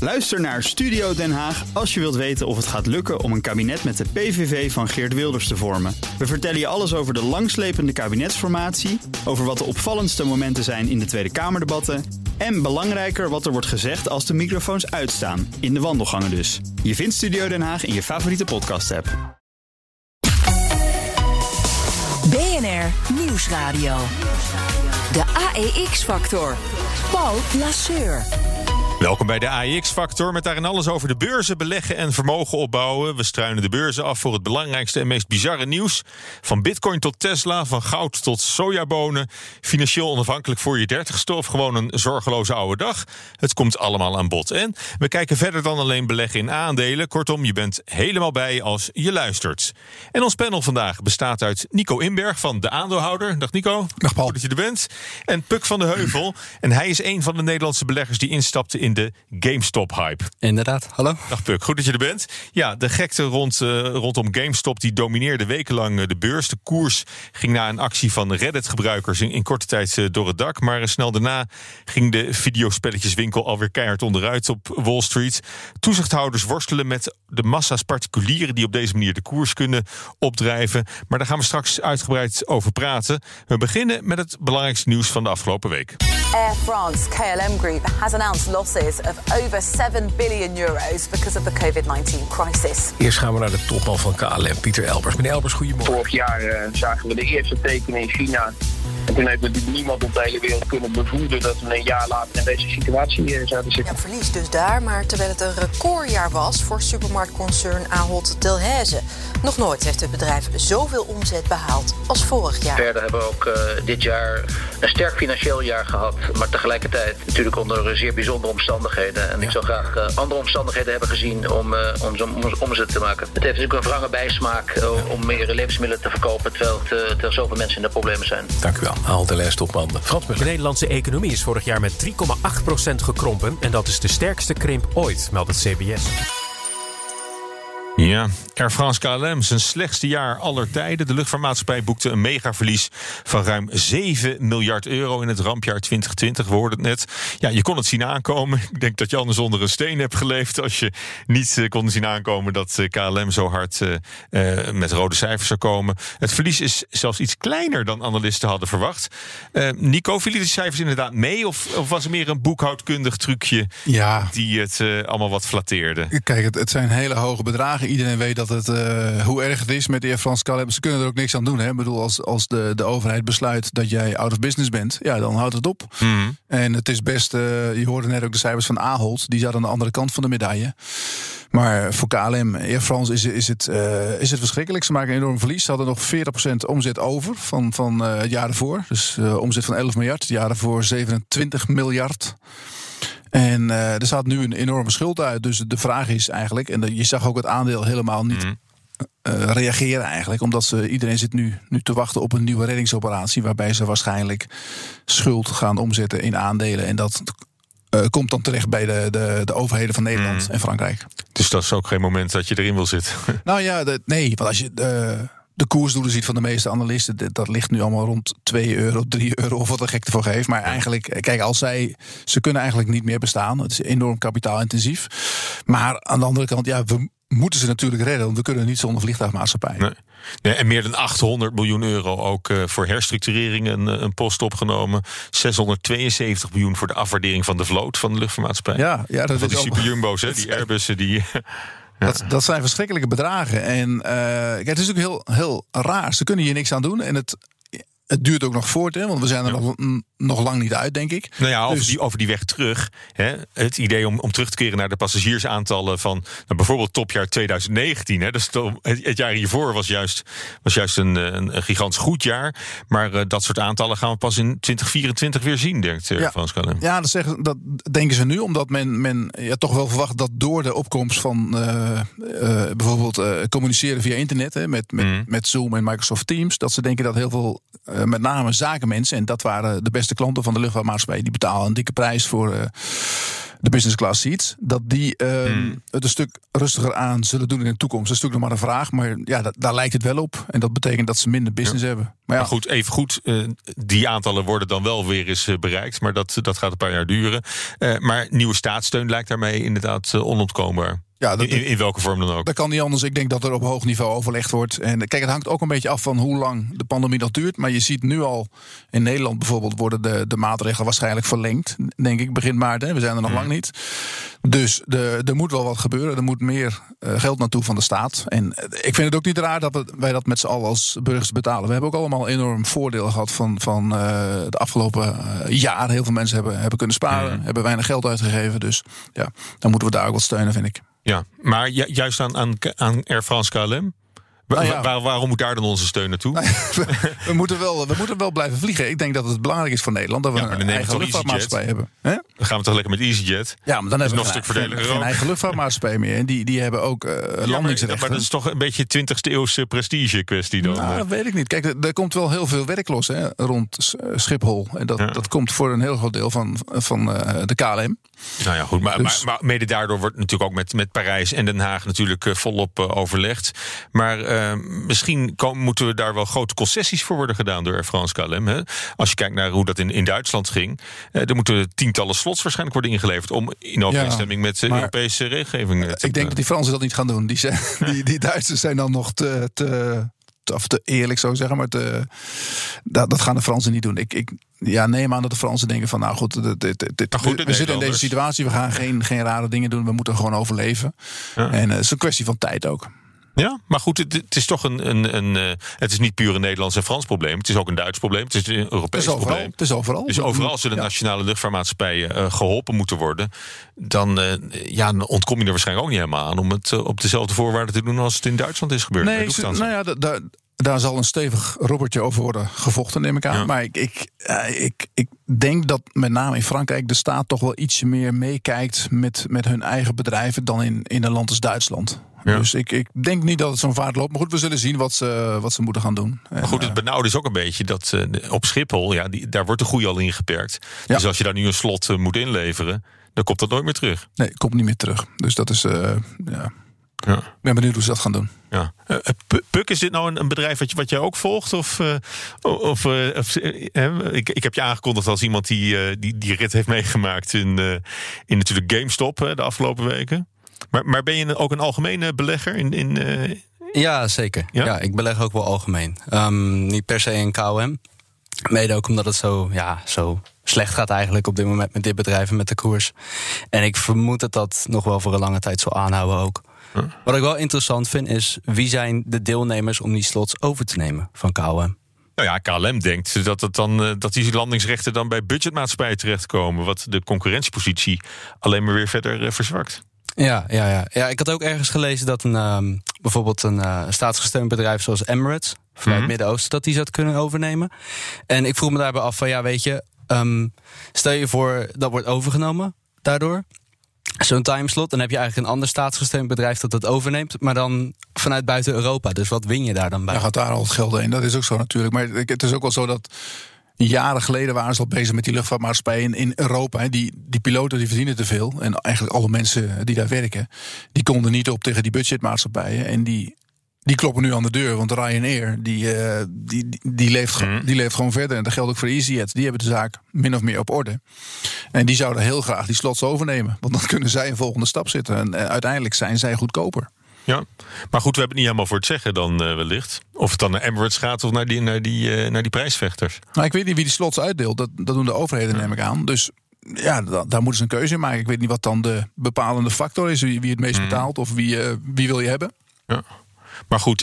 Luister naar Studio Den Haag als je wilt weten of het gaat lukken om een kabinet met de PVV van Geert Wilders te vormen. We vertellen je alles over de langslepende kabinetsformatie, over wat de opvallendste momenten zijn in de Tweede Kamerdebatten en belangrijker wat er wordt gezegd als de microfoons uitstaan, in de wandelgangen dus. Je vindt Studio Den Haag in je favoriete podcast-app. BNR Nieuwsradio. De AEX-factor. Paul Lasseur. Welkom bij de AEX-factor, met daarin alles over de beurzen, beleggen en vermogen opbouwen. We struinen de beurzen af voor het belangrijkste en meest bizarre nieuws. Van bitcoin tot Tesla, van goud tot sojabonen. Financieel onafhankelijk voor je 30ste of gewoon een zorgeloze oude dag. Het komt allemaal aan bod. En we kijken verder dan alleen beleggen in aandelen. Kortom, je bent helemaal bij als je luistert. En ons panel vandaag bestaat uit Nico Inberg van De Aandeelhouder. Dag Nico. Dag Paul. Goed dat je er bent. En Puk van de Heuvel. En hij is een van de Nederlandse beleggers die instapte in de GameStop-hype. Inderdaad, hallo. Dag Puk, goed dat je er bent. Ja, de gekte rondom GameStop die domineerde wekenlang de beurs. De koers ging na een actie van Reddit-gebruikers in korte tijd door het dak. Maar snel daarna ging de videospelletjeswinkel alweer keihard onderuit op Wall Street. Toezichthouders worstelen met de massa's particulieren die op deze manier de koers kunnen opdrijven. Maar daar gaan we straks uitgebreid over praten. We beginnen met het belangrijkste nieuws van de afgelopen week. Air France KLM Group has announced losses of over 7 billion euros because of the COVID-19 crisis. Eerst gaan we naar de topman van KLM, Pieter Elbers. Meneer Elbers, goedemorgen. Vorig jaar zagen we de eerste tekenen in China. En toen heeft natuurlijk niemand op de hele wereld kunnen bevoeden dat we een jaar later in deze situatie zouden zitten. Ja, verlies dus daar, maar terwijl het een recordjaar was voor supermarktconcern Ahold Delhaize. Nog nooit heeft het bedrijf zoveel omzet behaald als vorig jaar. Verder hebben we ook dit jaar een sterk financieel jaar gehad, maar tegelijkertijd natuurlijk onder zeer bijzondere omstandigheden. En ik zou graag andere omstandigheden hebben gezien om omzet te maken. Het heeft natuurlijk een wrange bijsmaak om meer levensmiddelen te verkopen, terwijl er zoveel mensen in de problemen zijn. Dank u wel. Ahold Delhaize topman Frans Muller. De Nederlandse economie is vorig jaar met 3,8% gekrompen. En dat is de sterkste krimp ooit, meldt het CBS. Ja, Air France KLM, zijn slechtste jaar aller tijden. De luchtvaartmaatschappij boekte een megaverlies van ruim 7 miljard euro in het rampjaar 2020. We hoorden het net. Ja, je kon het zien aankomen. Ik denk dat je anders onder een steen hebt geleefd als je niet kon zien aankomen dat KLM zo hard met rode cijfers zou komen. Het verlies is zelfs iets kleiner dan analisten hadden verwacht. Nico, vielen die cijfers inderdaad mee? Of was het meer een boekhoudkundig trucje die het allemaal wat flatteerde? Kijk, het zijn hele hoge bedragen. Iedereen weet dat het hoe erg het is met de Air France KLM. Ze kunnen er ook niks aan doen. Hè? Ik bedoel, als de overheid besluit dat jij out of business bent, ja, dan houdt het op. Mm-hmm. En het is best, je hoorde net ook de cijfers van Ahold. Die zaten aan de andere kant van de medaille. Maar voor KLM, Air France, is het verschrikkelijk. Ze maken een enorm verlies. Ze hadden nog 40% omzet over van het jaar ervoor. Dus omzet van 11 miljard. Het jaar ervoor 27 miljard. En er staat nu een enorme schuld uit. Dus de vraag is eigenlijk, en je zag ook het aandeel helemaal niet reageren eigenlijk. Omdat iedereen zit nu te wachten op een nieuwe reddingsoperatie. Waarbij ze waarschijnlijk schuld gaan omzetten in aandelen. En dat komt dan terecht bij de overheden van Nederland en Frankrijk. Dus dat is ook geen moment dat je erin wil zitten? Nou ja, nee, want als je de koersdoelen ziet van de meeste analisten, dat ligt nu allemaal rond 2 euro, 3 euro of wat de gek ervoor geeft. Maar eigenlijk, kijk, ze kunnen eigenlijk niet meer bestaan. Het is enorm kapitaalintensief. Maar aan de andere kant, we moeten ze natuurlijk redden, want we kunnen niet zonder vliegtuigmaatschappij. Nee, en meer dan 800 miljoen euro ook voor herstructurering een post opgenomen. 672 miljoen voor de afwaardering van de vloot van de luchtvaartmaatschappij. Ja, dat van die superjumbo's, die Airbussen die. Dat zijn verschrikkelijke bedragen. En kijk, het is ook heel raar. Ze kunnen hier niks aan doen. En het duurt ook nog voort, hè, want we zijn er nog lang niet uit, denk ik. Nou ja, over die weg terug. Hè, het idee om terug te keren naar de passagiersaantallen van bijvoorbeeld topjaar 2019. Hè, dus het jaar hiervoor was juist een gigantisch goed jaar. Maar dat soort aantallen gaan we pas in 2024 weer zien, denkt Frans KLM. Ja, dat denken ze nu, omdat men toch wel verwacht dat door de opkomst van bijvoorbeeld communiceren via internet, hè, met Zoom en Microsoft Teams, dat ze denken dat heel veel met name zakenmensen, en dat waren de beste klanten van de luchtvaartmaatschappij, die betalen een dikke prijs voor de business class seats, dat die het een stuk rustiger aan zullen doen in de toekomst. Dat is natuurlijk nog maar een vraag, maar ja, daar lijkt het wel op. En dat betekent dat ze minder business hebben. Maar goed, even goed, die aantallen worden dan wel weer eens bereikt, maar dat gaat een paar jaar duren. Maar nieuwe staatssteun lijkt daarmee inderdaad onontkoombaar. Ja, in welke vorm dan ook. Dat kan niet anders. Ik denk dat er op hoog niveau overlegd wordt. En kijk, het hangt ook een beetje af van hoe lang de pandemie nog duurt. Maar je ziet nu al, in Nederland bijvoorbeeld, worden de maatregelen waarschijnlijk verlengd. Denk ik, begin maart. Hè. We zijn er nog lang niet. Dus er moet wel wat gebeuren. Er moet meer geld naartoe van de staat. En ik vind het ook niet raar dat wij dat met z'n allen als burgers betalen. We hebben ook allemaal enorm voordeel gehad van de afgelopen jaar. Heel veel mensen hebben kunnen sparen. Hebben weinig geld uitgegeven. Dus ja, dan moeten we daar ook wat steunen, vind ik. Ja, maar juist aan Air France KLM? Waarom moet daar dan onze steun naartoe? We moeten wel blijven vliegen. Ik denk dat het belangrijk is voor Nederland dat we een eigen luchtvaartmaatschappij hebben. Dan gaan we toch lekker met EasyJet? Ja, maar dan hebben we nog een stuk geen eigen luchtvaartmaatschappij meer. En die hebben ook landingsrechten. Maar dat is toch een beetje 20e eeuwse prestige kwestie dan? Nou, dat weet ik niet. Kijk, er komt wel heel veel werk los rond Schiphol. En dat komt voor een heel groot deel van de KLM. Nou ja, goed. Maar mede daardoor wordt natuurlijk ook met Parijs en Den Haag natuurlijk volop overlegd. Maar misschien moeten we daar wel grote concessies voor worden gedaan door Air France KLM. Hè? Als je kijkt naar hoe dat in Duitsland ging. Er moeten tientallen slots waarscheinlijk worden ingeleverd om in overeenstemming met de Europese regelgeving ik denk dat die Fransen dat niet gaan doen. Die Duitsers zijn dan nog te eerlijk, zou ik zeggen. Maar dat gaan de Fransen niet doen. Ik neem aan dat de Fransen denken van, nou goed, we zitten in deze situatie. We gaan geen rare dingen doen. We moeten gewoon overleven. Ja. En het is een kwestie van tijd ook. Ja, maar goed, het is toch het is niet puur een Nederlands en Frans probleem. Het is ook een Duits probleem. Het is een Europees probleem. Het is overal. Dus overal zullen nationale luchtvaartmaatschappijen geholpen moeten worden. Dan ontkom je er waarschijnlijk ook niet helemaal aan om het op dezelfde voorwaarden te doen als het in Duitsland is gebeurd. Nee, daar zal een stevig robbertje over worden gevochten, neem ik aan. Ja. Maar ik denk dat met name in Frankrijk de staat toch wel ietsje meer meekijkt met hun eigen bedrijven dan in een land als Duitsland. Ja. Dus ik denk niet dat het zo'n vaart loopt. Maar goed, we zullen zien wat ze moeten gaan doen. Maar goed, het benauwde is ook een beetje dat op Schiphol, daar wordt de groei al ingeperkt. Ja. Dus als je daar nu een slot moet inleveren, dan komt dat nooit meer terug. Nee, komt niet meer terug. Dus dat is, Ik ben benieuwd hoe ze dat gaan doen. Ja. Puk, is dit nou een bedrijf wat jij ook volgt? Ik heb je aangekondigd als iemand die rit heeft meegemaakt in natuurlijk GameStop de afgelopen weken. Maar ben je ook een algemene belegger in Ja, zeker. Ja, ik beleg ook wel algemeen. Niet per se in KLM. Mede ook omdat het zo slecht gaat eigenlijk op dit moment met dit bedrijf en met de koers. En ik vermoed dat dat nog wel voor een lange tijd zal aanhouden ook. Wat ik wel interessant vind is, wie zijn de deelnemers om die slots over te nemen van KLM? Nou ja, KLM denkt dat die landingsrechten dan bij budgetmaatschappijen terechtkomen, wat de concurrentiepositie alleen maar weer verder verzwakt. Ja, ik had ook ergens gelezen dat bijvoorbeeld een staatsgesteund bedrijf zoals Emirates vanuit het Midden-Oosten, dat die zou kunnen overnemen. En ik vroeg me daarbij af van, weet je, stel je voor dat wordt overgenomen daardoor. Zo'n timeslot, dan heb je eigenlijk een ander staatsgesteund bedrijf dat overneemt, maar dan vanuit buiten Europa. Dus wat win je daar dan bij? Ja, gaat daar al het geld heen. Dat is ook zo natuurlijk. Maar het is ook wel zo dat jaren geleden waren ze al bezig met die luchtvaartmaatschappijen in Europa. Hè. Die piloten die verdienen te veel. En eigenlijk alle mensen die daar werken, die konden niet op tegen die budgetmaatschappijen. En die kloppen nu aan de deur. Want Ryanair, die leeft gewoon verder. En dat geldt ook voor EasyJet. Die hebben de zaak min of meer op orde. En die zouden heel graag die slots overnemen. Want dan kunnen zij een volgende stap zetten. En uiteindelijk zijn zij goedkoper. Ja, maar goed, we hebben het niet helemaal voor het zeggen dan wellicht. Of het dan naar Emirates gaat of naar die prijsvechters. Nou, ik weet niet wie die slots uitdeelt. Dat doen de overheden, neem ik aan. Dus ja, daar moeten ze een keuze in maken. Ik weet niet wat dan de bepalende factor is. Wie het meest betaalt of wie wil je hebben. Ja. Maar goed,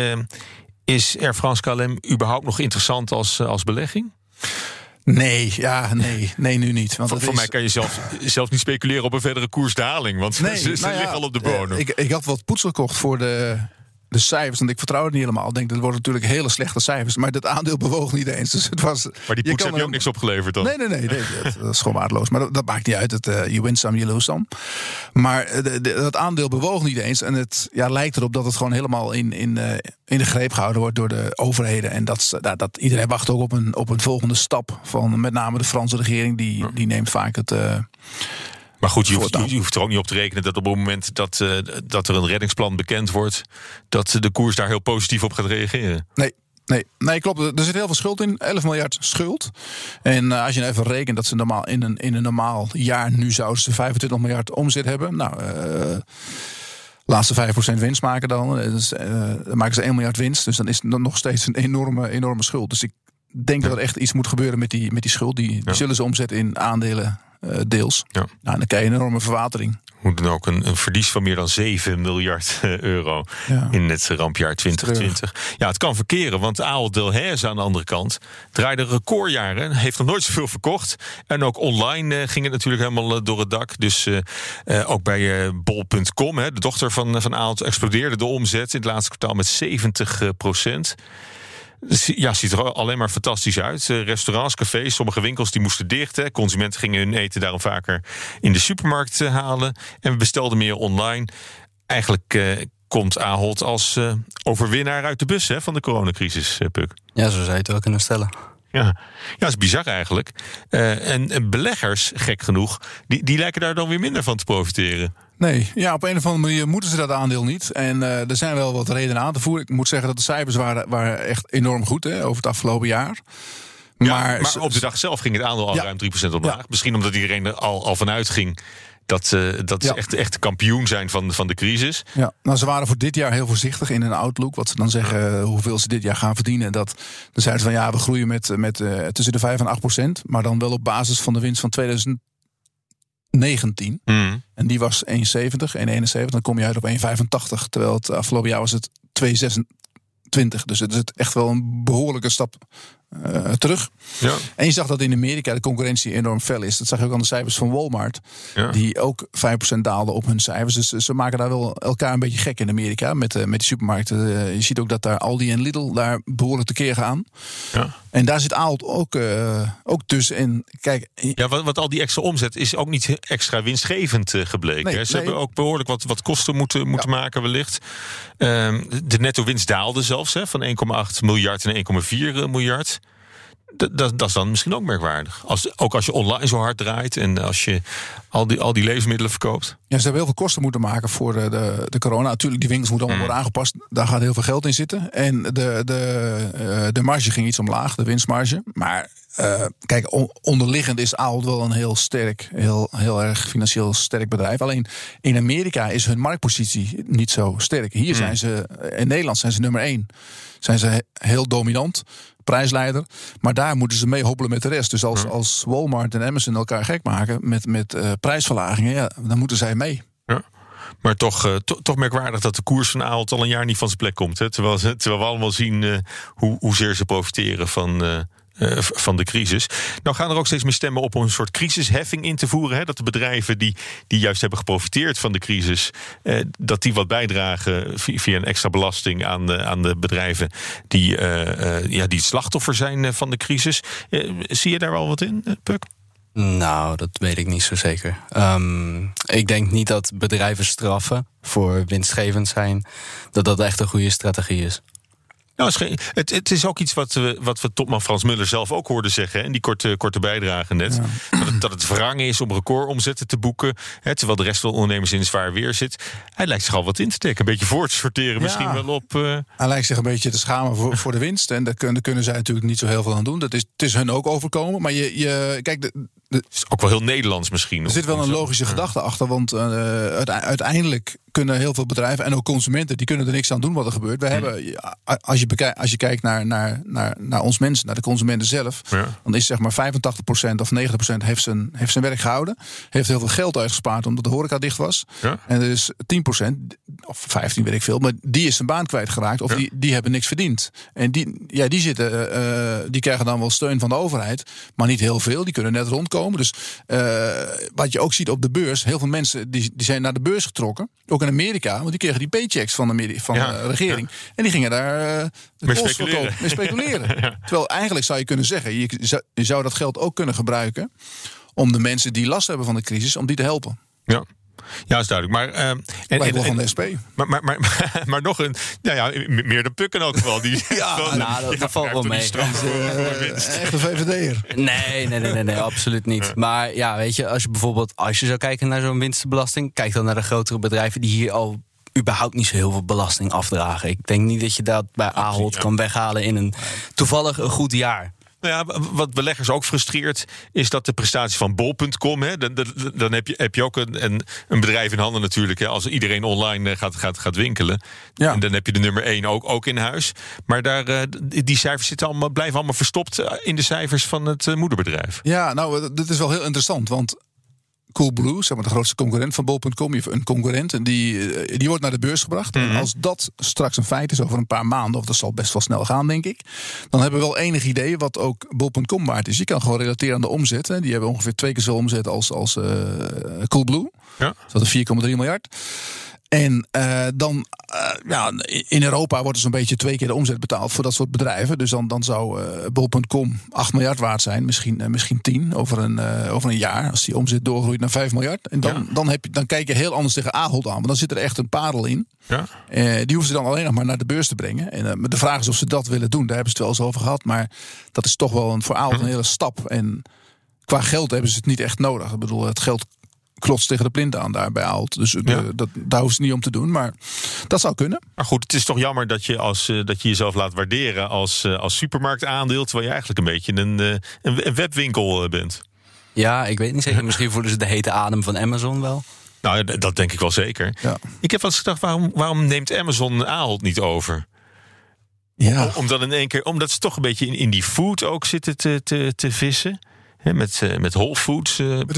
is Air France KLM überhaupt nog interessant als belegging? Nee, nu niet. Want voor mij kan je zelfs niet speculeren op een verdere koersdaling. Want ze liggen al op de bodem. Ik had wat poetsel gekocht voor de cijfers, want ik vertrouw het niet helemaal. Ik denk, dat worden natuurlijk hele slechte cijfers. Maar dat aandeel bewoog niet eens. Dus het was, maar die poets heb je ook niks opgeleverd dan? Nee, dat is gewoon waardeloos. Maar dat maakt niet uit. You win some, you lose some. Maar dat aandeel bewoog niet eens. En het lijkt erop dat het gewoon helemaal in de greep gehouden wordt door de overheden. En dat iedereen wacht ook op een volgende stap van met name de Franse regering. Die neemt vaak Maar goed, je hoeft er ook niet op te rekenen dat op het moment dat er een reddingsplan bekend wordt, dat de koers daar heel positief op gaat reageren. Nee, klopt. Er zit heel veel schuld in. 11 miljard schuld. En als je even rekent dat ze normaal in een normaal jaar nu zouden ze 25 miljard omzet hebben. Nou, laatste 5% winst maken dan. Dan maken ze 1 miljard winst. Dus dan is het nog steeds een enorme schuld. Dus ik denk dat er echt iets moet gebeuren met die schuld. Die zullen ze omzetten in aandelen deels. Ja. Nou, dan krijg je een enorme verwatering. Hoe dan ook een verlies van meer dan 7 miljard euro in het rampjaar 2020. Ja, het kan verkeren, want Ahold Delhaize aan de andere kant draaide recordjaren, heeft nog nooit zoveel verkocht. En ook online ging het natuurlijk helemaal door het dak. Dus ook bij bol.com, de dochter van Ahold, explodeerde de omzet in het laatste kwartaal met 70%. Ja, ziet er alleen maar fantastisch uit. Restaurants, cafés, sommige winkels die moesten dicht. Hè. Consumenten gingen hun eten daarom vaker in de supermarkt halen. En we bestelden meer online. Eigenlijk komt Ahold als overwinnaar uit de bus van de coronacrisis, Puk. Ja, zo zou je het wel kunnen stellen. Ja, dat is bizar eigenlijk. En beleggers, gek genoeg, die lijken daar dan weer minder van te profiteren. Nee, ja, op een of andere manier moeten ze dat aandeel niet. En er zijn wel wat redenen aan te voeren. Ik moet zeggen dat de cijfers waren echt enorm goed over het afgelopen jaar. Maar op de dag zelf ging het aandeel al ruim 3% omlaag. Ja. Misschien omdat iedereen er al vanuit ging dat ze echt de kampioen zijn van de crisis. Ja, nou, ze waren voor dit jaar heel voorzichtig in hun outlook. Wat ze dan zeggen, hoeveel ze dit jaar gaan verdienen. Dan zeiden ze van we groeien met tussen de 5 en 8%. Maar dan wel op basis van de winst van 2019. En die was 1,70, 1,71. Dan kom je uit op 1,85. Terwijl het afgelopen jaar was het 2,26. Dus het is echt wel een behoorlijke stap terug. Ja. En je zag dat in Amerika de concurrentie enorm fel is. Dat zag je ook aan de cijfers van Walmart. Ja. Die ook 5% daalden op hun cijfers. Dus ze maken daar wel elkaar een beetje gek in Amerika. Met die supermarkten. Je ziet ook dat daar Aldi en Lidl daar behoorlijk tekeer gaan. Ja. En daar zit Ahold ook tussen. En kijk, want al die extra omzet is ook niet extra winstgevend gebleken. Nee, ze hebben ook behoorlijk wat kosten moeten maken wellicht. De netto winst daalde zelfs van 1,8 miljard naar 1,4 miljard. Dat is dan misschien ook merkwaardig. Ook als je online zo hard draait en als je al die levensmiddelen verkoopt. Ja, ze hebben heel veel kosten moeten maken voor de corona. Natuurlijk, die winkels moeten allemaal worden aangepast. Daar gaat heel veel geld in zitten. En de marge ging iets omlaag, de winstmarge. Maar kijk, onderliggend is Ahold wel een heel sterk, heel erg financieel sterk bedrijf. Alleen in Amerika is hun marktpositie niet zo sterk. Hier zijn ze, in Nederland zijn ze nummer 1. Zijn ze heel dominant, prijsleider. Maar daar moeten ze mee hobbelen met de rest. Dus als Walmart en Amazon elkaar gek maken met prijsverlagingen, dan moeten zij mee. Ja. Maar toch merkwaardig dat de koers van Ahold al een jaar niet van zijn plek komt. Hè? Terwijl we allemaal zien hoezeer ze profiteren van de crisis. Nou gaan er ook steeds meer stemmen op om een soort crisisheffing in te voeren. Hè? Dat de bedrijven die juist hebben geprofiteerd van de crisis, dat die wat bijdragen via een extra belasting aan de bedrijven die het slachtoffer zijn van de crisis. Zie je daar wel wat in, Puk? Nou, dat weet ik niet zo zeker. Ik denk niet dat bedrijven straffen voor winstgevend zijn, dat echt een goede strategie is. Nou, het is ook iets wat we topman Frans Muller zelf ook hoorde zeggen. En die korte bijdrage net. Ja. Dat het wrang is om recordomzetten te boeken. Terwijl de rest van de ondernemers in zwaar weer zit. Hij lijkt zich al wat in te dekken. Een beetje voor te sorteren misschien wel op. Hij lijkt zich een beetje te schamen voor de winst. En daar kunnen zij natuurlijk niet zo heel veel aan doen. Het is hun ook overkomen. Maar kijk, het is ook wel heel Nederlands misschien. Er zit wel een logische gedachte achter. Want uiteindelijk kunnen heel veel bedrijven en ook consumenten, die kunnen er niks aan doen wat er gebeurt. We hebben, als je kijkt naar ons mensen, naar de consumenten zelf, dan is zeg maar 85% of 90% heeft zijn werk gehouden. Heeft heel veel geld uitgespaard omdat de horeca dicht was. Ja. En er is 10%, of 15 weet ik veel, maar die is zijn baan kwijtgeraakt. Of die hebben niks verdiend. En die krijgen dan wel steun van de overheid, maar niet heel veel. Die kunnen net rondkomen. Dus wat je ook ziet op de beurs, heel veel mensen die zijn naar de beurs getrokken. Ook in Amerika, want die kregen die paychecks van de regering. Ja. En die gingen daar mee speculeren. Ja. Terwijl eigenlijk zou je kunnen zeggen, je zou dat geld ook kunnen gebruiken om de mensen die last hebben van de crisis, om die te helpen. Ja. Ja, is duidelijk. Maar, Lijkt wel van de SP. Maar nog een... meer dan Puk in elk geval. Die, dat valt wel mee. Echt een VVD'er. Nee, absoluut niet. Maar ja, weet je, als je zou kijken naar zo'n winstenbelasting, kijk dan naar de grotere bedrijven die hier al überhaupt niet zo heel veel belasting afdragen. Ik denk niet dat je dat bij Ahold kan weghalen in een toevallig een goed jaar. Nou ja, wat beleggers ook frustreert, is dat de prestatie van Bol.com... dan heb je ook een bedrijf in handen natuurlijk. Hè, als iedereen online gaat winkelen. Ja. En dan heb je de nummer 1 ook in huis. Maar die cijfers blijven allemaal verstopt in de cijfers van het moederbedrijf. Ja, nou, dat is wel heel interessant, want Coolblue, zeg maar de grootste concurrent van Bol.com, een concurrent, en die wordt naar de beurs gebracht. En als dat straks een feit is over een paar maanden, of dat zal best wel snel gaan, denk ik, dan hebben we wel enig idee wat ook Bol.com waard is. Je kan gewoon relateren aan de omzet. Hè. Die hebben ongeveer 2 keer zoveel omzet als Coolblue. Ja. Dat is 4,3 miljard. En in Europa wordt er zo'n beetje 2 keer de omzet betaald voor dat soort bedrijven. Dus dan zou Bol.com 8 miljard waard zijn. Misschien 10 over een jaar. Als die omzet doorgroeit naar 5 miljard. En dan kijk je heel anders tegen Ahold aan. Want dan zit er echt een parel in. Ja. Die hoeven ze dan alleen nog maar naar de beurs te brengen. En de vraag is of ze dat willen doen. Daar hebben ze het wel eens over gehdat. Maar dat is toch wel voor Ahold een hele stap. En qua geld hebben ze het niet echt nodig. Ik bedoel, het geld klotst tegen de plint aan daar bij Ahold. Dus daar hoeft ze niet om te doen. Maar dat zou kunnen. Maar goed, het is toch jammer dat je jezelf laat waarderen als supermarktaandeel, terwijl je eigenlijk een beetje een webwinkel bent. Ja, ik weet niet zeker. Misschien voelen ze de hete adem van Amazon wel. Nou, dat denk ik wel zeker. Ja. Ik heb wel eens gedacht, waarom neemt Amazon Ahold niet over? Ja. Omdat ze toch een beetje in die food ook zitten te vissen. He, met Whole Foods.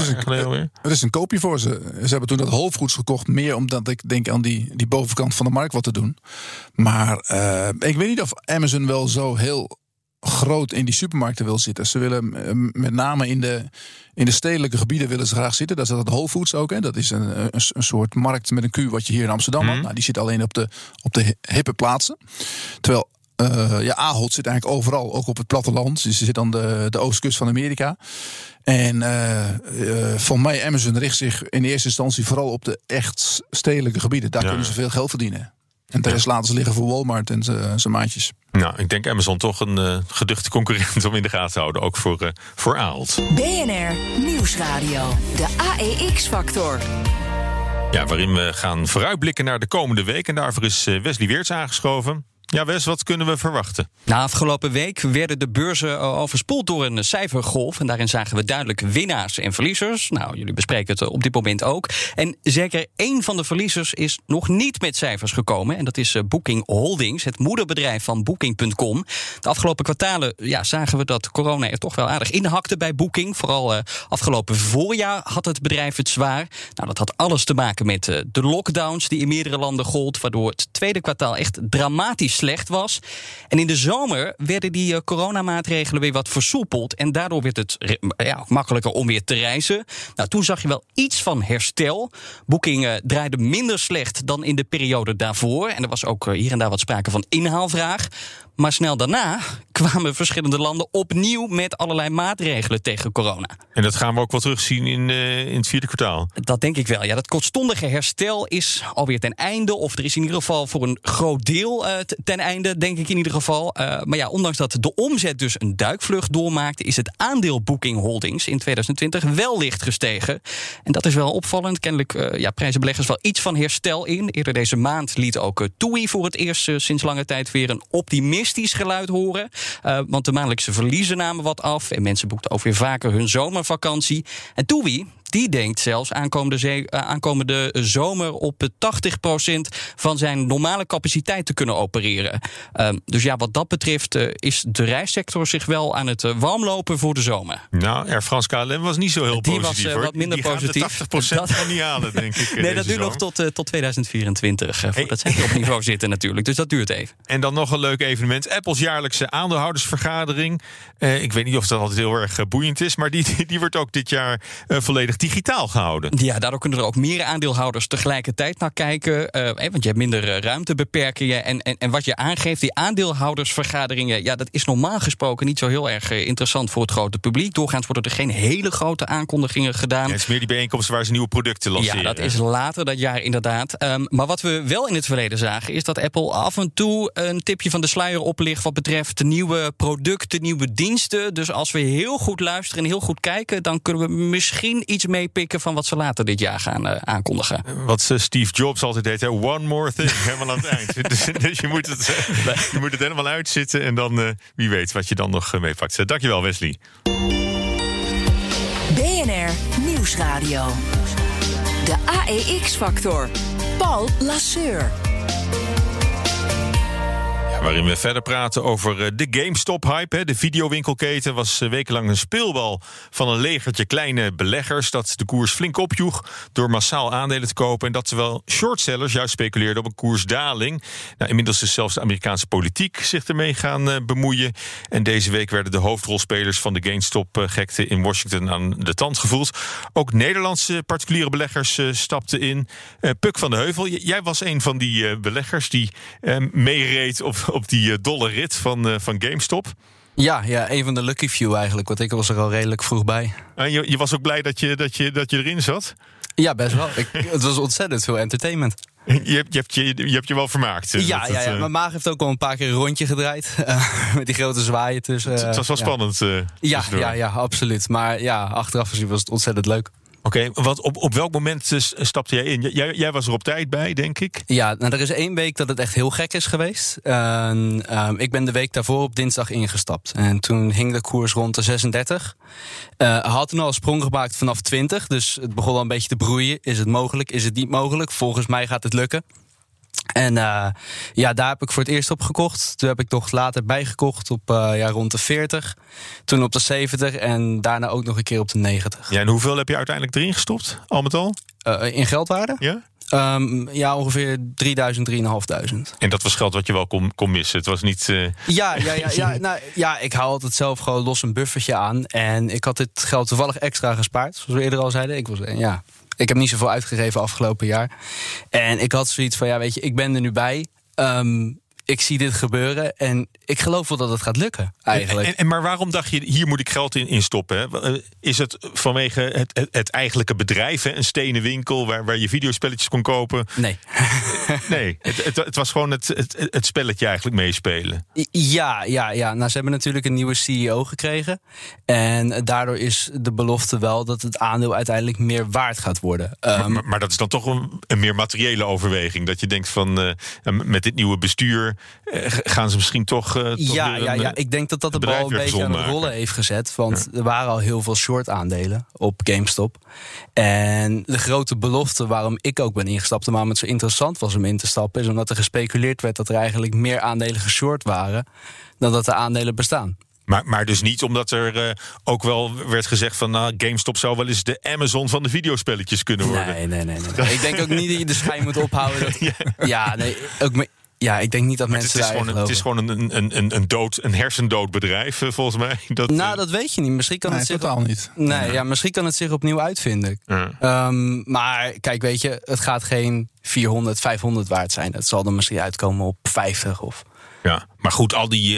Het is een koopje voor ze. Ze hebben toen dat Whole Foods gekocht. Meer omdat ik denk aan die bovenkant van de markt wat te doen. Maar ik weet niet of Amazon wel zo heel groot in die supermarkten wil zitten. Ze willen met name in de stedelijke gebieden willen ze graag zitten. Daar zit dat Whole Foods ook. Hè. Dat is een soort markt met een Q wat je hier in Amsterdam had. Nou, die zit alleen op de hippe plaatsen. Terwijl Ahold zit eigenlijk overal, ook op het platteland. Dus ze zit aan de oostkust van Amerika. En van mij, Amazon richt zich in eerste instantie vooral op de echt stedelijke gebieden. Daar kunnen ze veel geld verdienen. En de rest laten ze liggen voor Walmart en zijn maatjes. Nou, ik denk Amazon toch een geduchte concurrent om in de gaten te houden. Ook voor Ahold. BNR Nieuwsradio. De AEX-factor. Ja, waarin we gaan vooruitblikken naar de komende week. En daarvoor is Wesley Weerts aangeschoven. Ja, Wes, wat kunnen we verwachten? Afgelopen week werden de beurzen overspoeld door een cijfergolf. En daarin zagen we duidelijk winnaars en verliezers. Nou, jullie bespreken het op dit moment ook. En zeker 1 van de verliezers is nog niet met cijfers gekomen. En dat is Booking Holdings, het moederbedrijf van Booking.com. De afgelopen kwartalen zagen we dat corona er toch wel aardig inhakte bij Booking. Vooral afgelopen voorjaar had het bedrijf het zwaar. Nou, dat had alles te maken met de lockdowns die in meerdere landen gold, waardoor het tweede kwartaal echt dramatisch slecht was. En in de zomer werden die coronamaatregelen weer wat versoepeld. En daardoor werd het makkelijker om weer te reizen. Nou, toen zag je wel iets van herstel. Booking draaide minder slecht dan in de periode daarvoor. En er was ook hier en daar wat sprake van inhaalvraag. Maar snel daarna kwamen verschillende landen opnieuw met allerlei maatregelen tegen corona. En dat gaan we ook wel terugzien in het vierde kwartaal. Dat denk ik wel. Ja, dat kortstondige herstel is alweer ten einde. Of er is in ieder geval voor een groot deel ten einde, denk ik in ieder geval. Maar ja, ondanks dat de omzet dus een duikvlucht doormaakte, is het aandeel Booking Holdings in 2020 wel licht gestegen. En dat is wel opvallend. Kennelijk prijzen beleggers wel iets van herstel in. Eerder deze maand liet ook TUI voor het eerst sinds lange tijd weer een optimistisch geluid horen. Want de maandelijkse verliezen namen wat af en mensen boekten ook weer vaker hun zomervakantie. En TUI, die denkt zelfs aankomende zomer op 80% van zijn normale capaciteit te kunnen opereren. Dus ja, wat dat betreft is de reissector zich wel aan het warmlopen voor de zomer. Nou, Air France KLM was niet zo heel positief. Die was wat minder positief. Die gaat de 80% van niet halen, denk ik. Nee, dat duurt nog tot 2024. Dat zij op niveau zitten natuurlijk, dus dat duurt even. En dan nog een leuk evenement. Apple's jaarlijkse aandeelhoudersvergadering. Ik weet niet of dat altijd heel erg boeiend is, maar die wordt ook dit jaar volledig digitaal gehouden. Ja, daardoor kunnen er ook meer aandeelhouders tegelijkertijd naar kijken. Want je hebt minder ruimtebeperkingen. En wat je aangeeft, die aandeelhoudersvergaderingen, ja, dat is normaal gesproken niet zo heel erg interessant voor het grote publiek. Doorgaans worden er geen hele grote aankondigingen gedaan. Ja, het is meer die bijeenkomsten waar ze nieuwe producten lanceren. Ja, dat is later dat jaar inderdaad. Maar wat we wel in het verleden zagen, is dat Apple af en toe een tipje van de sluier oplicht wat betreft nieuwe producten, nieuwe diensten. Dus als we heel goed luisteren en heel goed kijken, dan kunnen we misschien iets meepikken van wat ze later dit jaar gaan aankondigen. Wat Steve Jobs altijd deed, hè? One more thing, helemaal aan het eind. Dus je moet het helemaal uitzitten en dan wie weet wat je dan nog meepakt. Dankjewel, Wesley. BNR Nieuwsradio. De AEX-factor. Paul Lasseur. Waarin we verder praten over de GameStop-hype. De videowinkelketen was wekenlang een speelbal van een legertje kleine beleggers dat de koers flink opjoeg door massaal aandelen te kopen. En dat terwijl shortsellers juist speculeerden op een koersdaling. Nou, inmiddels is zelfs de Amerikaanse politiek zich ermee gaan bemoeien. En deze week werden de hoofdrolspelers van de GameStop-gekte in Washington aan de tand gevoeld. Ook Nederlandse particuliere beleggers stapten in. Puk van de Heuvel, jij was een van die beleggers die meereed op die dolle rit van GameStop. Ja, een van de lucky few eigenlijk, want ik was er al redelijk vroeg bij. Je was ook blij dat je erin zat? Ja, best wel. Het was ontzettend veel entertainment. Je hebt je wel vermaakt. Ja. Mijn maag heeft ook al een paar keer een rondje gedraaid. Met die grote zwaaien tussen. Het was wel spannend. Ja, absoluut. Maar ja, achteraf gezien was het ontzettend leuk. Oké, want op welk moment stapte jij in? Jij was er op tijd bij, denk ik? Ja, er is 1 week dat het echt heel gek is geweest. Ik ben de week daarvoor op dinsdag ingestapt. En toen hing de koers rond de 36. Had toen al een sprong gemaakt vanaf 20. Dus het begon al een beetje te broeien. Is het mogelijk? Is het niet mogelijk? Volgens mij gaat het lukken. En daar heb ik voor het eerst op gekocht. Toen heb ik nog later bijgekocht op rond de 40. Toen op de 70 en daarna ook nog een keer op de 90. Ja, en hoeveel heb je uiteindelijk erin gestopt, al met al? In geldwaarde? Ja? Ongeveer 3.000, 3.500. En dat was geld wat je wel kon missen? Het was niet... Ik hou altijd zelf gewoon los een buffertje aan. En ik had dit geld toevallig extra gespaard, zoals we eerder al zeiden. Ik heb niet zoveel uitgegeven afgelopen jaar. En ik had zoiets van, ik ben er nu bij. Ik zie dit gebeuren en ik geloof wel dat het gaat lukken, eigenlijk. Maar waarom dacht je, hier moet ik geld in stoppen? Hè? Is het vanwege het eigenlijke bedrijf, hè? Een stenen winkel waar je videospelletjes kon kopen? Nee. Nee, het was gewoon het spelletje eigenlijk meespelen. Ja. Nou, ze hebben natuurlijk een nieuwe CEO gekregen. En daardoor is de belofte wel dat het aandeel uiteindelijk meer waard gaat worden. Maar dat is dan toch een meer materiële overweging. Dat je denkt van, met dit nieuwe bestuur gaan ze misschien toch... Ik denk dat de bal een beetje aan het rollen heeft gezet. Want er waren al heel veel short aandelen op GameStop. En de grote belofte waarom ik ook ben ingestapt en waarom het zo interessant was om in te stappen, is omdat er gespeculeerd werd dat er eigenlijk meer aandelen geshort waren dan dat er aandelen bestaan. Maar dus niet omdat er ook wel werd gezegd van, GameStop zou wel eens de Amazon van de videospelletjes kunnen worden. Nee. Ik denk ook niet dat je de schijn moet ophouden. Ik denk niet dat mensen daar geloven. Het is gewoon een hersendood bedrijf, volgens mij. Dat weet je niet. Misschien kan het zich totaal niet. Misschien kan het zich opnieuw uitvinden. Ja. Maar kijk, weet je, het gaat geen 400, 500 waard zijn. Het zal dan misschien uitkomen op 50 of... Ja, maar goed,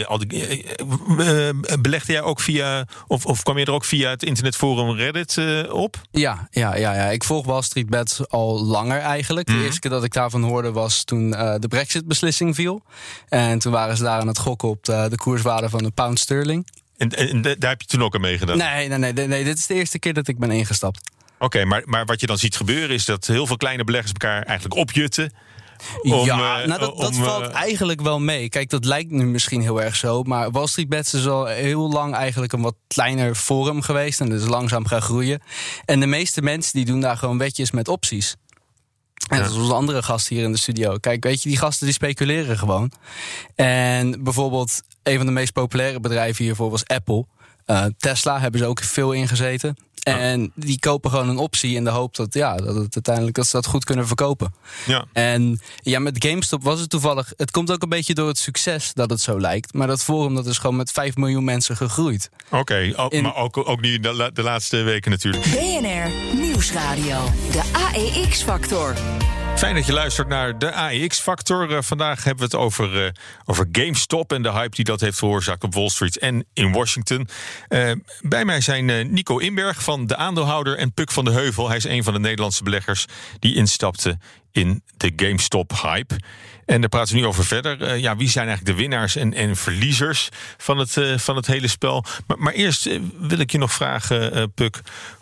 belegde jij ook via, of kwam je er ook via het internetforum Reddit op? Ja. Ik volg Wall Street Bets al langer eigenlijk. De eerste keer dat ik daarvan hoorde was toen de Brexit-beslissing viel. En toen waren ze daar aan het gokken op de koerswaarde van de pound sterling. En daar heb je toen ook aan meegedaan? Nee, dit is de eerste keer dat ik ben ingestapt. Oké, maar wat je dan ziet gebeuren is dat heel veel kleine beleggers elkaar eigenlijk opjutten. Dat valt eigenlijk wel mee. Kijk, dat lijkt nu misschien heel erg zo, maar Wall Street Bets is al heel lang eigenlijk een wat kleiner forum geweest en dus langzaam gaan groeien. En de meeste mensen die doen daar gewoon wetjes met opties. En dat is onze andere gast hier in de studio. Kijk, weet je, die gasten die speculeren gewoon. En bijvoorbeeld een van de meest populaire bedrijven hiervoor was Apple. Tesla hebben ze ook veel ingezeten. En die kopen gewoon een optie in de hoop dat het uiteindelijk dat ze dat goed kunnen verkopen. Ja. En met GameStop was het toevallig. Het komt ook een beetje door het succes dat het zo lijkt. Maar dat forum dat is gewoon met 5 miljoen mensen gegroeid. Oké, maar ook nu de laatste weken natuurlijk. BNR Nieuwsradio. De AEX-factor. Fijn dat je luistert naar de AEX-factor. Vandaag hebben we het over GameStop en de hype die dat heeft veroorzaakt op Wall Street en in Washington. Bij mij zijn Nico Inberg van De Aandeelhouder en Puk van de Heuvel. Hij is een van de Nederlandse beleggers die instapte in de GameStop-hype. En daar praten we nu over verder. Wie zijn eigenlijk de winnaars en verliezers van het hele spel? Maar eerst wil ik je nog vragen, Puk,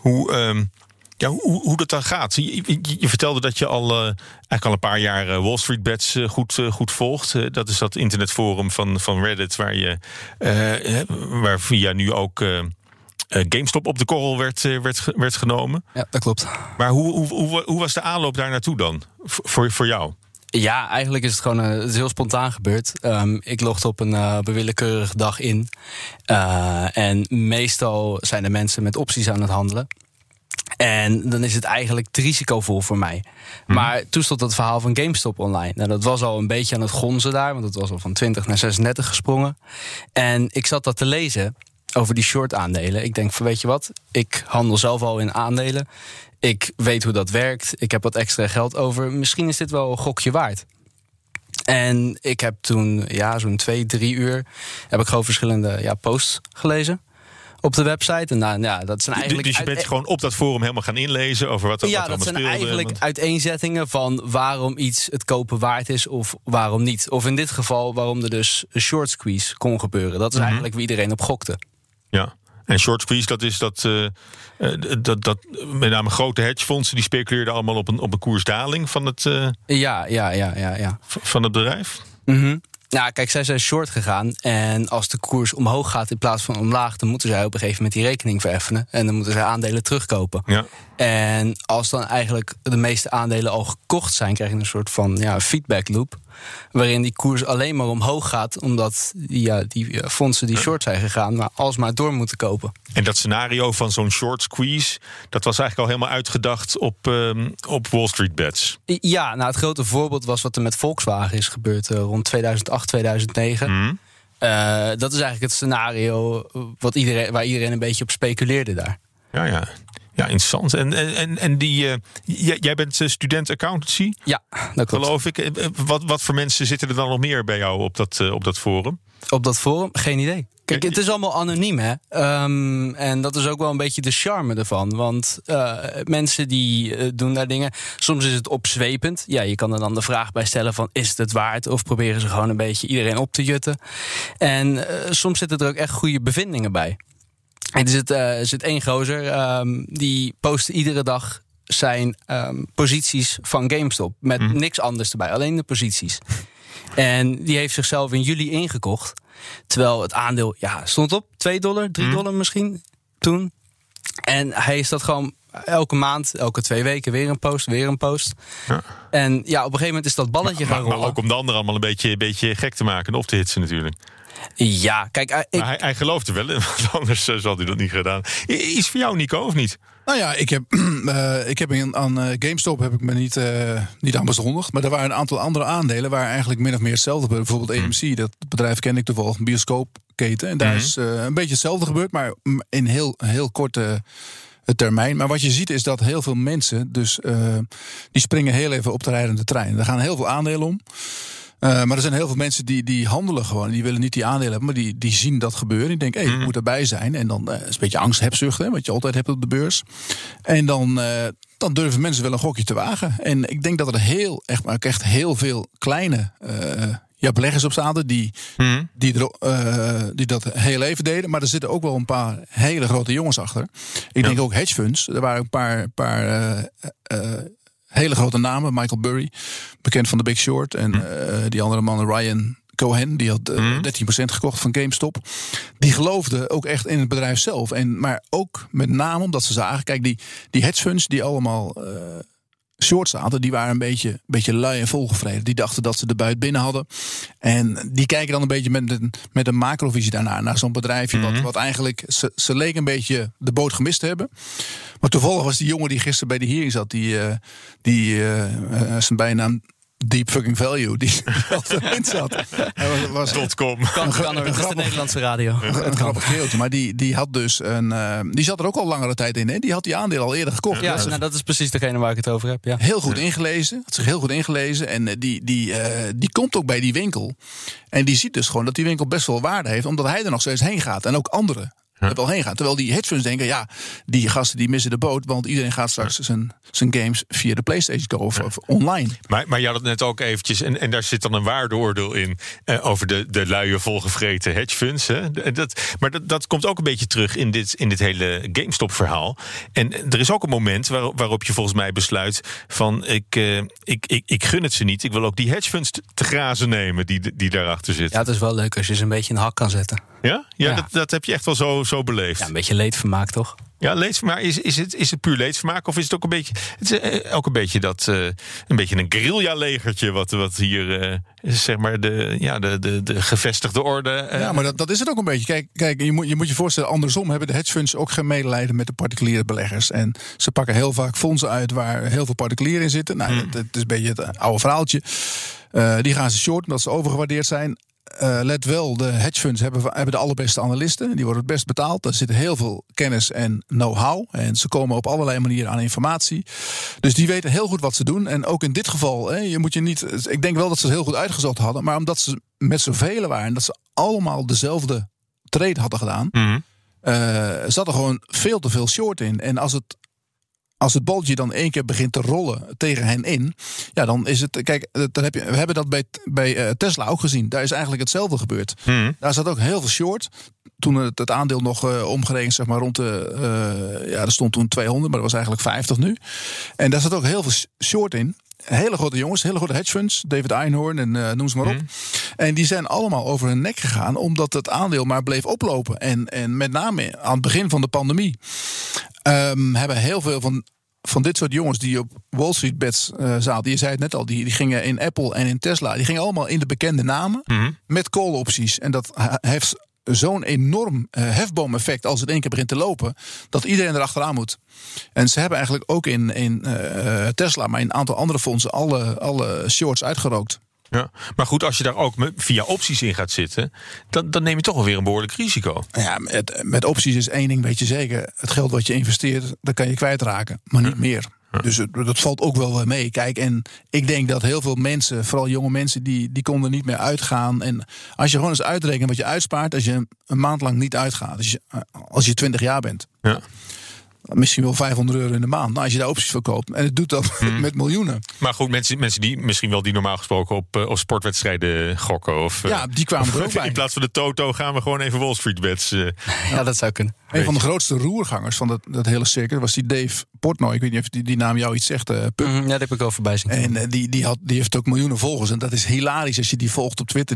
hoe dat dan gaat. Je vertelde dat je eigenlijk al een paar jaar Wall Street Bets goed volgt. Dat is dat internetforum van Reddit waar via nu ook GameStop op de korrel werd genomen. Ja, dat klopt. Maar hoe was de aanloop daar naartoe dan? Voor jou? Ja, eigenlijk is het gewoon het is heel spontaan gebeurd. Ik logde op een willekeurige dag in. En meestal zijn er mensen met opties aan het handelen. En dan is het eigenlijk te risicovol voor mij. Maar toen stond het verhaal van GameStop online. Nou, dat was al een beetje aan het gonzen daar, want het was al van 20 naar 36 gesprongen. En ik zat dat te lezen over die short aandelen. Ik denk van, weet je wat, ik handel zelf al in aandelen. Ik weet hoe dat werkt. Ik heb wat extra geld over. Misschien is dit wel een gokje waard. En ik heb toen zo'n 2-3 uur heb ik gewoon verschillende posts gelezen op de website. En dat zijn eigenlijk. Dus je bent gewoon op dat forum helemaal gaan inlezen over wat er allemaal speelde? Ja, dat zijn eigenlijk uiteenzettingen van waarom iets het kopen waard is of waarom niet. Of in dit geval waarom er dus een short squeeze kon gebeuren. Dat is eigenlijk waar iedereen op gokte. Ja. En short squeeze, dat is dat met name grote hedgefondsen die speculeerden allemaal op een koersdaling van het van het bedrijf. Mm-hmm. Nou, kijk, zij zijn short gegaan. En als de koers omhoog gaat in plaats van omlaag, dan moeten zij op een gegeven moment die rekening vereffenen. En dan moeten zij aandelen terugkopen. Ja. En als dan eigenlijk de meeste aandelen al gekocht zijn, krijg je een soort van feedback loop. Waarin die koers alleen maar omhoog gaat, omdat die fondsen die short zijn gegaan, maar alsmaar door moeten kopen. En dat scenario van zo'n short squeeze, dat was eigenlijk al helemaal uitgedacht op Wall Street Bets. Ja, het grote voorbeeld was wat er met Volkswagen is gebeurd rond 2008, 2009. Dat is eigenlijk het scenario waar iedereen een beetje op speculeerde daar. Ja, interessant. En jij bent student accountancy? Ja, dat klopt. Geloof ik. Wat voor mensen zitten er dan nog meer bij jou op dat forum? Op dat forum? Geen idee. Kijk, het is allemaal anoniem, hè. En dat is ook wel een beetje de charme ervan. Want mensen die doen daar dingen. Soms is het opzwepend. Ja, je kan er dan de vraag bij stellen van, is het het waard? Of proberen ze gewoon een beetje iedereen op te jutten. En soms zitten er ook echt goede bevindingen bij. En er zit één gozer, die post iedere dag zijn posities van GameStop. Met niks anders erbij, alleen de posities. En die heeft zichzelf in juli ingekocht. Terwijl het aandeel stond op $2, $3 misschien toen. En hij is dat gewoon elke maand, elke 2 weken weer een post. Ja. En op een gegeven moment is dat balletje gaan rollen. Maar ook om de anderen allemaal een beetje gek te maken en op te hitsen natuurlijk. Ja, kijk. Maar hij geloofde wel, want anders zal hij dat niet gedaan. Is voor jou, Nico, of niet? Nou ja, ik heb aan GameStop heb ik me niet aan bezondigd. Maar er waren een aantal andere aandelen waar eigenlijk min of meer hetzelfde gebeurde. Bijvoorbeeld AMC, dat bedrijf ken ik toevallig, een bioscoopketen. En daar is een beetje hetzelfde gebeurd, maar in heel korte termijn. Maar wat je ziet is dat heel veel mensen die springen heel even op de rijdende trein. Er gaan heel veel aandelen om. Maar er zijn heel veel mensen die handelen gewoon. Die willen niet die aandelen hebben, maar die zien dat gebeuren. Die denken, ik moet erbij zijn. En dan is een beetje angst, hebzucht, wat je altijd hebt op de beurs. En dan durven mensen wel een gokje te wagen. En ik denk dat er echt heel veel kleine beleggers op zaten die dat heel even deden. Maar er zitten ook wel een paar hele grote jongens achter. Ik denk ook hedge funds. Er waren een paar hele grote namen. Michael Burry, bekend van The Big Short. En die andere man, Ryan Cohen, die had 13% gekocht van GameStop. Die geloofden ook echt in het bedrijf zelf. Maar ook met name omdat ze zagen, kijk, die hedge funds die allemaal short zaten, die waren een beetje lui en volgevreden. Die dachten dat ze de buit binnen hadden. En die kijken dan een beetje met een macrovisie daarnaar. Naar zo'n bedrijfje wat eigenlijk... Ze leken een beetje de boot gemist te hebben. Maar toevallig was die jongen die gisteren bij de hearing zat... die zijn bijnaam... Deep fucking value, die altijd zat. .com. Dat is de Nederlandse radio. Een grappig geeltje. Maar die had dus die zat er ook al langere tijd in. Hè? Die had die aandelen al eerder gekocht. Ja, dat is precies degene waar ik het over heb. Ja. Heel goed ingelezen. Had zich heel goed ingelezen. En die komt ook bij die winkel. En die ziet dus gewoon dat die winkel best wel waarde heeft. Omdat hij er nog steeds heen gaat. En ook anderen. Er wel heen gaan. Terwijl die hedgefunds denken, die gasten die missen de boot, want iedereen gaat straks zijn games via de PlayStation of online. Maar je had het net ook eventjes, en daar zit dan een waardeoordeel in over de luie volgevreten hedgefunds. Hè? Dat komt ook een beetje terug in dit hele GameStop-verhaal. En er is ook een moment waarop je volgens mij besluit van ik gun het ze niet. Ik wil ook die hedgefunds te grazen nemen die daarachter zitten. Ja, het is wel leuk als je ze een beetje in de hak kan zetten. Ja? Ja. Dat heb je echt wel zo beleefd. Ja, een beetje leedvermaak, toch? Ja, leedvermaak. Is het puur leedvermaak? Of is het ook een beetje... Het is ook een beetje een beetje een guerrilla-legertje... wat hier, zeg maar, de gevestigde orde... Ja, maar dat is het ook een beetje. Kijk, je moet je voorstellen... andersom hebben de hedgefunds ook geen medelijden... met de particuliere beleggers. En ze pakken heel vaak fondsen uit... waar heel veel particulieren in zitten. Nou, het is een beetje het oude verhaaltje. Die gaan ze short omdat ze overgewaardeerd zijn... let wel, de hedgefunds hebben de allerbeste analisten. Die worden het best betaald. Daar zit heel veel kennis en know-how. En ze komen op allerlei manieren aan informatie. Dus die weten heel goed wat ze doen. En ook in dit geval, ik denk wel dat ze het heel goed uitgezocht hadden. Maar omdat ze met zoveel waren... dat ze allemaal dezelfde trade hadden gedaan... zat er gewoon veel te veel short in. En als het balletje dan 1 keer begint te rollen tegen hen in... ja, dan is het... Kijk, we hebben dat bij Tesla ook gezien. Daar is eigenlijk hetzelfde gebeurd. Daar zat ook heel veel short. Toen het aandeel nog omgerekend, zeg maar, rond de... er stond toen 200, maar dat was eigenlijk 50 nu. En daar zat ook heel veel short in. Hele grote jongens, hele grote hedgefunds. David Einhorn en noem ze maar op. En die zijn allemaal over hun nek gegaan... omdat het aandeel maar bleef oplopen. En met name aan het begin van de pandemie... hebben heel veel van dit soort jongens die op Wall Street bets zaten... je zei het net al, die gingen in Apple en in Tesla... die gingen allemaal in de bekende namen met call-opties. En dat heeft zo'n enorm hefboom-effect als het 1 keer begint te lopen... dat iedereen erachteraan moet. En ze hebben eigenlijk ook in Tesla... maar in een aantal andere fondsen alle shorts uitgerookt. Ja, maar goed, als je daar ook via opties in gaat zitten... dan neem je toch wel weer een behoorlijk risico. Ja, met opties is 1 ding weet je zeker. Het geld wat je investeert, dat kan je kwijtraken. Maar niet meer. Ja. Dus dat valt ook wel mee. Kijk, en ik denk dat heel veel mensen, vooral jonge mensen... die konden niet meer uitgaan. En als je gewoon eens uitrekent wat je uitspaart... als je een maand lang niet uitgaat. Als je 20 jaar bent... Ja. Misschien wel €500 in de maand. Nou, als je daar opties verkoopt. En het doet dat met miljoenen. Maar goed, mensen die misschien wel die normaal gesproken op sportwedstrijden gokken. Of, die kwamen er ook bij. In plaats van de Toto gaan we gewoon even Wall Street bets. Ja, dat zou kunnen. Een van de grootste roergangers van dat hele circuit was die Dave Portnoy. Ik weet niet of die naam jou iets zegt. Ja, dat heb ik al voorbij zien. En die heeft ook miljoenen volgers. En dat is hilarisch als je die volgt op Twitter.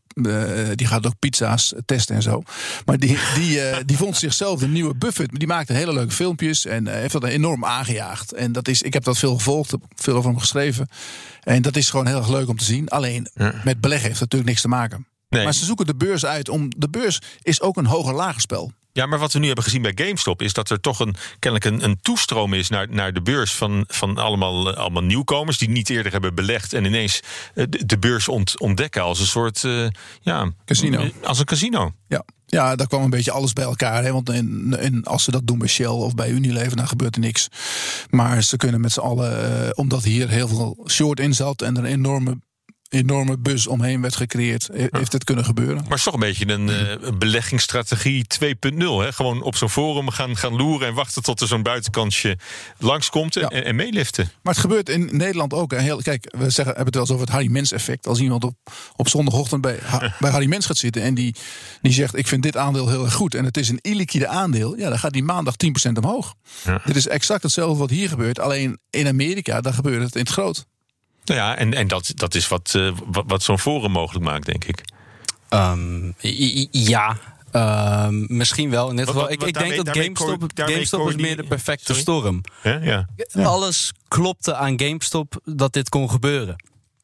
Die gaat ook pizza's testen en zo. Maar die vond zichzelf de nieuwe Buffett. Die maakte hele leuke filmpjes en heeft dat enorm aangejaagd. En ik heb dat veel gevolgd, heb veel over hem geschreven. En dat is gewoon heel erg leuk om te zien. Alleen met beleggen heeft dat natuurlijk niks te maken. Nee. Maar ze zoeken de beurs uit. De beurs is ook een hoger-lager spel. Ja, maar wat we nu hebben gezien bij GameStop... is dat er toch kennelijk een toestroom is naar de beurs... van allemaal nieuwkomers die niet eerder hebben belegd... en ineens de beurs ontdekken als een soort... casino. Als een casino. Ja, daar kwam een beetje alles bij elkaar. Hè? Want als ze dat doen bij Shell of bij Unilever... dan gebeurt er niks. Maar ze kunnen met z'n allen... omdat hier heel veel short in zat... en er een enorme bus omheen werd gecreëerd, heeft het kunnen gebeuren. Maar het is toch een beetje een beleggingsstrategie 2.0. Hè? Gewoon op zo'n forum gaan loeren en wachten tot er zo'n buitenkansje langskomt en meeliften. Maar het gebeurt in Nederland ook. Kijk, we hebben het wel eens over het Harry Mens effect. Als iemand op zondagochtend bij Harry Mens gaat zitten en die zegt, ik vind dit aandeel heel erg goed en het is een illiquide aandeel, dan gaat die maandag 10% omhoog. Ja. Dit is exact hetzelfde wat hier gebeurt. Alleen in Amerika, daar gebeurt het in het groot. Nou ja, en dat is wat zo'n forum mogelijk maakt, denk ik. Ja, Misschien wel. In dit geval. Ik denk dat GameStop is meer de perfecte storm. Ja. Alles klopte aan GameStop dat dit kon gebeuren.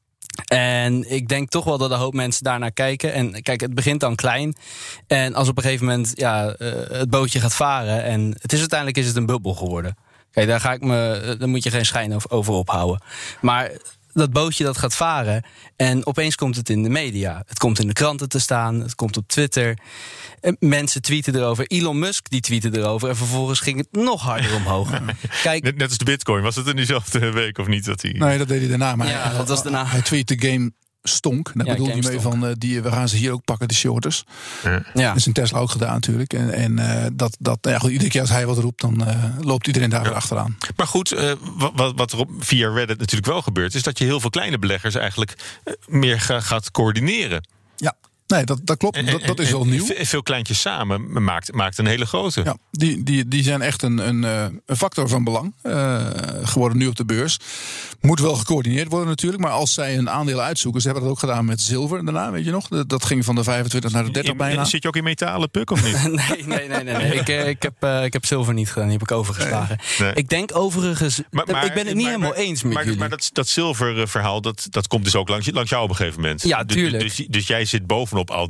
En ik denk toch wel dat een hoop mensen daarnaar kijken. En kijk, het begint dan klein. En als op een gegeven moment het bootje gaat varen... en uiteindelijk is het een bubbel geworden. Kijk, daar moet je geen schijn over ophouden. Maar dat bootje dat gaat varen... en opeens komt het in de media. Het komt in de kranten te staan, het komt op Twitter. Mensen tweeten erover. Elon Musk die tweette erover. En vervolgens ging het nog harder omhoog. Kijk, net als de Bitcoin. Was het in diezelfde week of niet? Nee, dat deed hij daarna. Maar dat was daarna. Hij tweette game stonk. Daar bedoel je mee van, we gaan ze hier ook pakken, de shorters. Ja. Dat is in Tesla ook gedaan natuurlijk. En goed, iedere keer als hij wat roept, dan loopt iedereen daar weer achteraan. Maar goed, wat er via Reddit natuurlijk wel gebeurt... is dat je heel veel kleine beleggers eigenlijk meer gaat coördineren. Ja. Nee, dat klopt. Dat is wel nieuw. Veel kleintjes samen maakt een hele grote. Ja, die zijn echt een factor van belang geworden nu op de beurs. Moet wel gecoördineerd worden natuurlijk. Maar als zij een aandeel uitzoeken... ze hebben dat ook gedaan met zilver daarna, weet je nog? Dat ging van de 25 naar de 30 bijna. Zit je ook in metalen, Puk, of niet? Nee. Ik heb zilver niet gedaan. Die heb ik overgeslagen. Nee. Ik denk overigens... Maar ik ben het niet helemaal eens met jullie. Maar dat zilververhaal, dat komt dus ook langs jou op een gegeven moment. Ja, tuurlijk. Dus jij zit bovenop al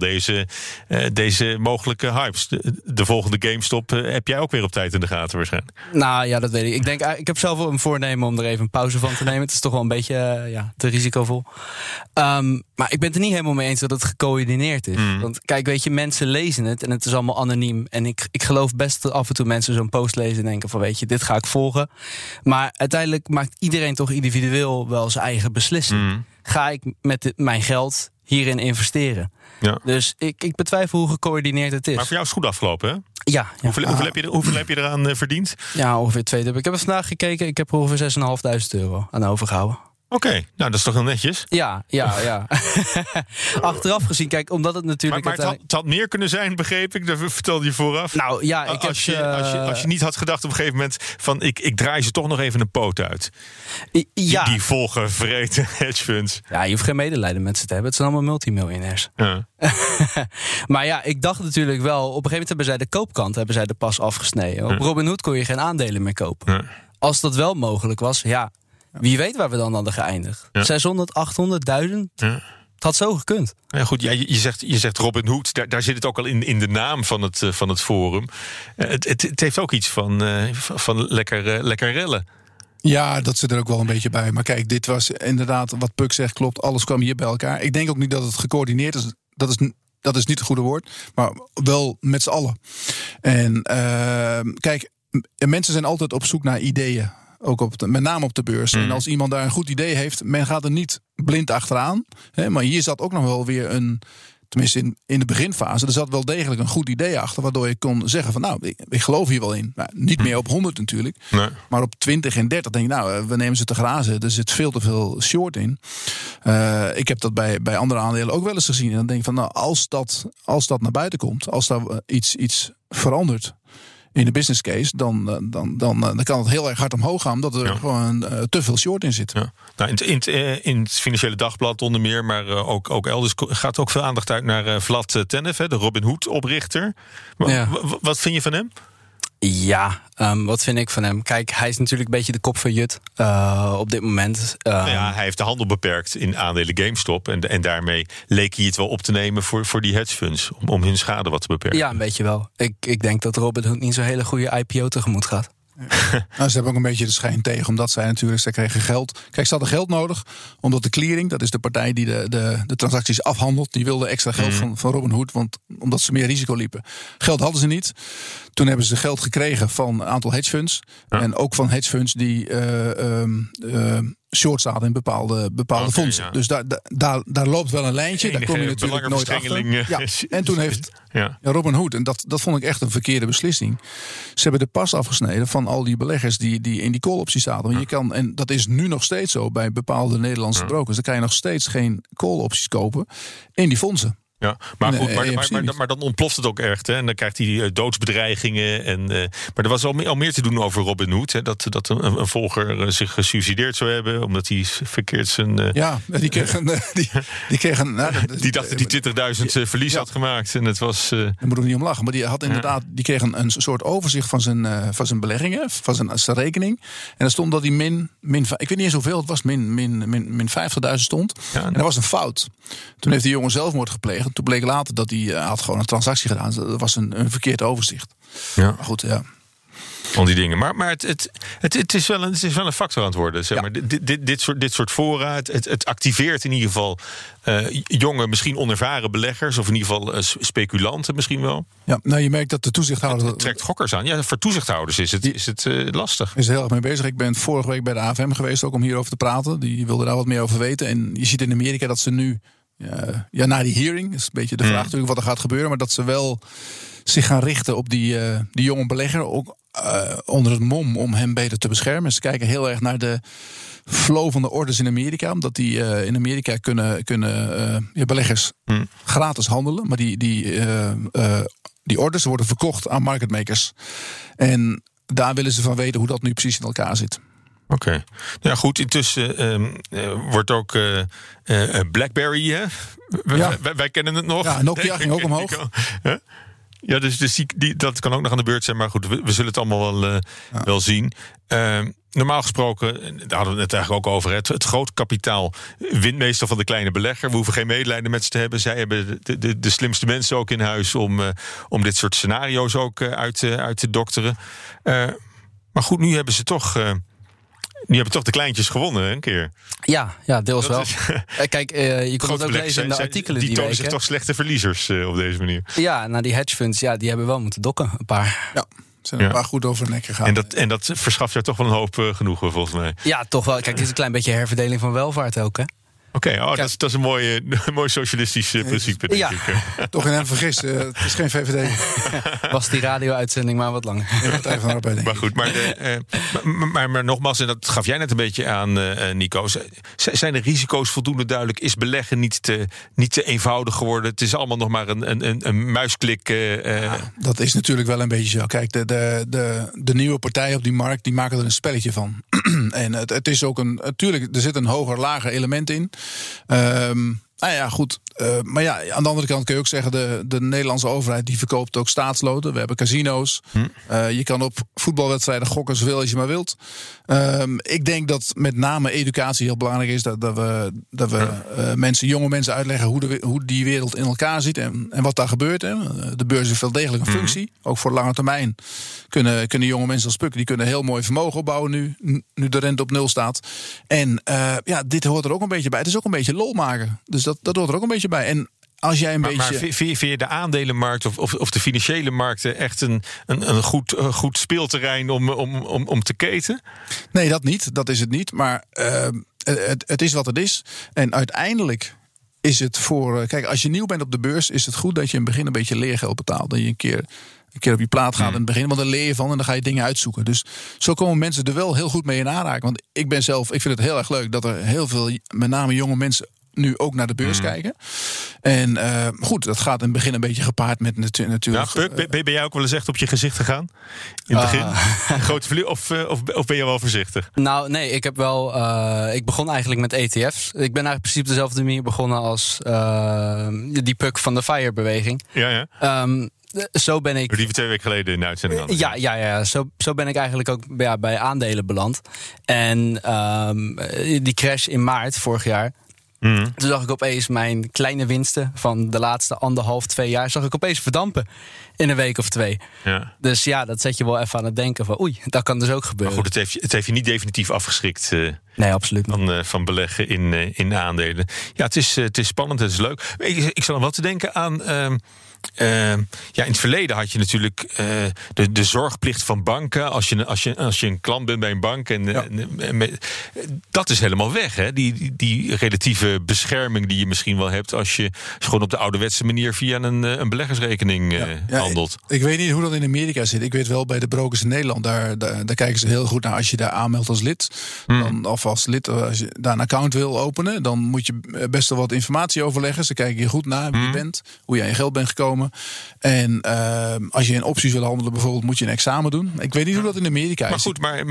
deze mogelijke hypes. De volgende GameStop heb jij ook weer op tijd in de gaten waarschijnlijk. Nou ja, dat weet ik. Ik heb zelf wel een voornemen om er even een pauze van te nemen. Het is toch wel een beetje te risicovol. Maar ik ben het er niet helemaal mee eens dat het gecoördineerd is. Want kijk, weet je, mensen lezen het en het is allemaal anoniem. En ik geloof best dat af en toe mensen zo'n post lezen en denken van, weet je, dit ga ik volgen. Maar uiteindelijk maakt iedereen toch individueel wel zijn eigen beslissing. Ga ik met mijn geld hierin investeren? Ja. Dus ik betwijfel hoe gecoördineerd het is. Maar voor jou is het goed afgelopen, hè? Ja. Hoeveel heb je eraan verdiend? Ja, ongeveer 2. Ik heb het vandaag gekeken. Ik heb er ongeveer €6.500 aan overgehouden. Oké, nou dat is toch heel netjes? Ja. Achteraf gezien, kijk, omdat het natuurlijk... Maar het had meer kunnen zijn, begreep ik. Dat vertelde je vooraf. Nou ja, als je niet had gedacht op een gegeven moment van... ik draai ze toch nog even een poot uit. Ja. Die volgevreten hedge funds. Ja, je hoeft geen medelijden met ze te hebben. Het zijn allemaal multimiljonairs. Ja. Maar ja, ik dacht natuurlijk wel... Op een gegeven moment hebben zij de koopkant er pas afgesneden. Op Robinhood kon je geen aandelen meer kopen. Ja. Als dat wel mogelijk was, wie weet waar we dan hadden geëindigd. 600, 800.000? Ja. Het had zo gekund. Ja, goed, je zegt Robinhood. Daar zit het ook al in de naam van het forum. Het heeft ook iets van lekker rellen. Ja, dat zit er ook wel een beetje bij. Maar kijk, dit was inderdaad wat Puk zegt, klopt. Alles kwam hier bij elkaar. Ik denk ook niet dat het gecoördineerd is. Dat is niet het goede woord. Maar wel met z'n allen. En kijk, mensen zijn altijd op zoek naar ideeën. Ook met name op de beurs. En als iemand daar een goed idee heeft, men gaat er niet blind achteraan. Maar hier zat ook nog wel weer tenminste in de beginfase, er zat wel degelijk een goed idee achter, waardoor je kon zeggen van nou, ik geloof hier wel in. Nou, niet meer op 100 natuurlijk, maar op 20 en 30 denk ik, we nemen ze te grazen. Er zit veel te veel short in. Ik heb dat bij andere aandelen ook wel eens gezien. En dan denk ik van als dat naar buiten komt, als daar iets verandert in de business case, dan kan het heel erg hard omhoog gaan, omdat er gewoon te veel short in zit. Ja. Nou, in het Financiële Dagblad onder meer, maar ook elders gaat ook veel aandacht uit naar Vlad Tenev, de Robinhood-oprichter. Wat vind je van hem? Ja, wat vind ik van hem? Kijk, hij is natuurlijk een beetje de kop van Jut op dit moment. Hij heeft de handel beperkt in aandelen GameStop. En daarmee leek hij het wel op te nemen voor die hedge funds. Om hun schade wat te beperken. Ja, een beetje wel. Ik denk dat Robinhood niet zo'n hele goede IPO tegemoet gaat. Nou, ze hebben ook een beetje de schijn tegen, omdat zij kregen geld. Kijk, ze hadden geld nodig, omdat de clearing, dat is de partij die de transacties afhandelt, die wilde extra geld van Robinhood, omdat ze meer risico liepen. Geld hadden ze niet. Toen hebben ze geld gekregen van een aantal hedge funds. Ja. En ook van hedge funds die short zaten in bepaalde fondsen. Ja. Dus daar loopt wel een lijntje. Daar kom je natuurlijk nooit achter. Ja. En toen heeft Robinhood, en dat vond ik echt een verkeerde beslissing. Ze hebben de pas afgesneden van al die beleggers die in die call-opties zaten. Want je kan, en dat is nu nog steeds zo bij bepaalde Nederlandse brokers. Dan kan je nog steeds geen call-opties kopen in die fondsen. Ja, maar goed, maar dan ontploft het ook echt. Hè? En dan krijgt hij doodsbedreigingen. Maar er was al meer te doen over Robin Hood. Hè? Dat een volger zich gesuicideerd zou hebben, omdat hij verkeerd zijn... die kreeg die dacht dat hij 20.000 verlies had gemaakt. En het was... Daar moeten we niet om lachen. Maar die had inderdaad, die kreeg een soort overzicht van zijn beleggingen, van zijn rekening. En daar stond dat hij min ik weet niet eens hoeveel het was, min 50.000 stond. Ja, en dat was een fout. Toen heeft die jongen zelfmoord gepleegd. Toen bleek later dat hij had gewoon een transactie gedaan. Dat was een verkeerd overzicht. Ja. Maar goed, ja. Al die dingen. Maar het is wel een factor aan het worden. Zeg maar. Dit soort fora. Het activeert in ieder geval jonge, misschien onervaren beleggers. Of in ieder geval speculanten misschien wel. Ja, nou je merkt dat de toezichthouder... Het trekt gokkers aan. Ja, voor toezichthouders is het lastig. Is er heel erg mee bezig. Ik ben vorige week bij de AFM geweest ook om hierover te praten. Die wilde daar wat meer over weten. En je ziet in Amerika dat ze nu... na die hearing, is een beetje de vraag natuurlijk wat er gaat gebeuren. Maar dat ze wel zich gaan richten op die jonge belegger. Ook onder het mom om hem beter te beschermen. Ze kijken heel erg naar de flow van de orders in Amerika. Omdat die in Amerika kunnen beleggers gratis handelen. Maar die orders worden verkocht aan marketmakers. En daar willen ze van weten hoe dat nu precies in elkaar zit. Oké. Ja, goed. Intussen wordt ook BlackBerry, hè? Wij kennen het nog. Ja, Nokia ging ook omhoog. Ja, dus dat kan ook nog aan de beurt zijn. Maar goed, we zullen het allemaal wel zien. Normaal gesproken, daar hadden we het eigenlijk ook over. Het groot kapitaal wint meestal van de kleine belegger. We hoeven geen medelijden met ze te hebben. Zij hebben de slimste mensen ook in huis om dit soort scenario's ook uit te dokteren. Maar goed, nu hebben ze toch... Nu hebben toch de kleintjes gewonnen, hè, een keer. Ja, deels wel. Kijk, je kon het ook lezen in de artikelen die tonen zich toch slechte verliezers op deze manier. Ja, nou die hedge funds, die hebben wel moeten dokken, een paar. Ja, zijn een paar goed over de nek gegaan. En dat verschaft jou toch wel een hoop genoegen, volgens mij. Ja, toch wel. Kijk, dit is een klein beetje herverdeling van welvaart ook, hè. Oké, dat is een mooi socialistisch principe, denk ik. Toch in hem vergist, het is geen VVD. Was die radio-uitzending maar wat langer. Maar goed, maar nogmaals, en dat gaf jij net een beetje aan, Nico. Zijn de risico's voldoende duidelijk? Is beleggen niet te eenvoudig geworden? Het is allemaal nog maar een muisklik. Dat is natuurlijk wel een beetje zo. Kijk, de nieuwe partijen op die markt, die maken er een spelletje van. En het is ook natuurlijk, er zit een hoger-lager element in. Nou ja, goed. Maar ja, aan de andere kant kun je ook zeggen... de Nederlandse overheid die verkoopt ook staatsloten. We hebben casino's. Je kan op voetbalwedstrijden gokken zoveel als je maar wilt. Ik denk dat met name educatie heel belangrijk is. Dat we jonge mensen uitleggen hoe die wereld in elkaar zit. En wat daar gebeurt. Hè. De beurs heeft wel degelijk een functie. Ook voor lange termijn kunnen jonge mensen als Puk... die kunnen heel mooi vermogen opbouwen nu de rente op 0 staat. En dit hoort er ook een beetje bij. Het is ook een beetje lol maken. Dus dat hoort er ook een beetje bij. En als jij maar vind je de aandelenmarkt of de financiële markten echt een goed speelterrein om te keten? Nee, dat niet. Dat is het niet. Maar het is wat het is. En uiteindelijk is het voor... Kijk, als je nieuw bent op de beurs... is het goed dat je in het begin een beetje leergeld betaalt. Dat je een keer op je plaat gaat in het begin. Want dan leer je van en dan ga je dingen uitzoeken. Dus zo komen mensen er wel heel goed mee in aanraking. Want ik vind het heel erg leuk dat er heel veel, met name jonge mensen... nu ook naar de beurs kijken. En goed, dat gaat in het begin een beetje gepaard met natuurlijk... Ja, Puk, ben jij ook wel eens echt op je gezicht gegaan? In het begin? Grote verlies, of ben je wel voorzichtig? Nou, nee, ik heb wel... ik begon eigenlijk met ETF's. Ik ben eigenlijk precies op dezelfde manier begonnen als die Puk van de FIRE-beweging. Ja. Zo ben ik... Die we 2 weken geleden in de uitzending hadden. Ja. Zo ben ik eigenlijk ook bij aandelen beland. En die crash in maart vorig jaar... Toen zag ik opeens mijn kleine winsten van de laatste 1,5-2 jaar... zag ik opeens verdampen in een week of 2. Ja. Dus ja, dat zet je wel even aan het denken van... oei, dat kan dus ook gebeuren. Maar goed, het heeft je niet definitief afgeschrikt... nee, absoluut niet. Van beleggen in aandelen. Ja, het is spannend, het is leuk. Ik zal nog wel te denken aan... in het verleden had je natuurlijk de zorgplicht van banken. Als je een klant bent bij een bank. Dat is helemaal weg. Hè? Die relatieve bescherming die je misschien wel hebt als je gewoon op de ouderwetse manier via een beleggersrekening handelt. Ik weet niet hoe dat in Amerika zit. Ik weet wel bij de brokers in Nederland. Daar kijken ze heel goed naar. Als je daar aanmeldt als lid. Als je daar een account wil openen. Dan moet je best wel wat informatie overleggen. Ze kijken je goed naar wie je bent. Hoe je aan je geld bent gekomen. En als je in opties wil handelen bijvoorbeeld, moet je een examen doen. Ik weet niet hoe dat in Amerika is.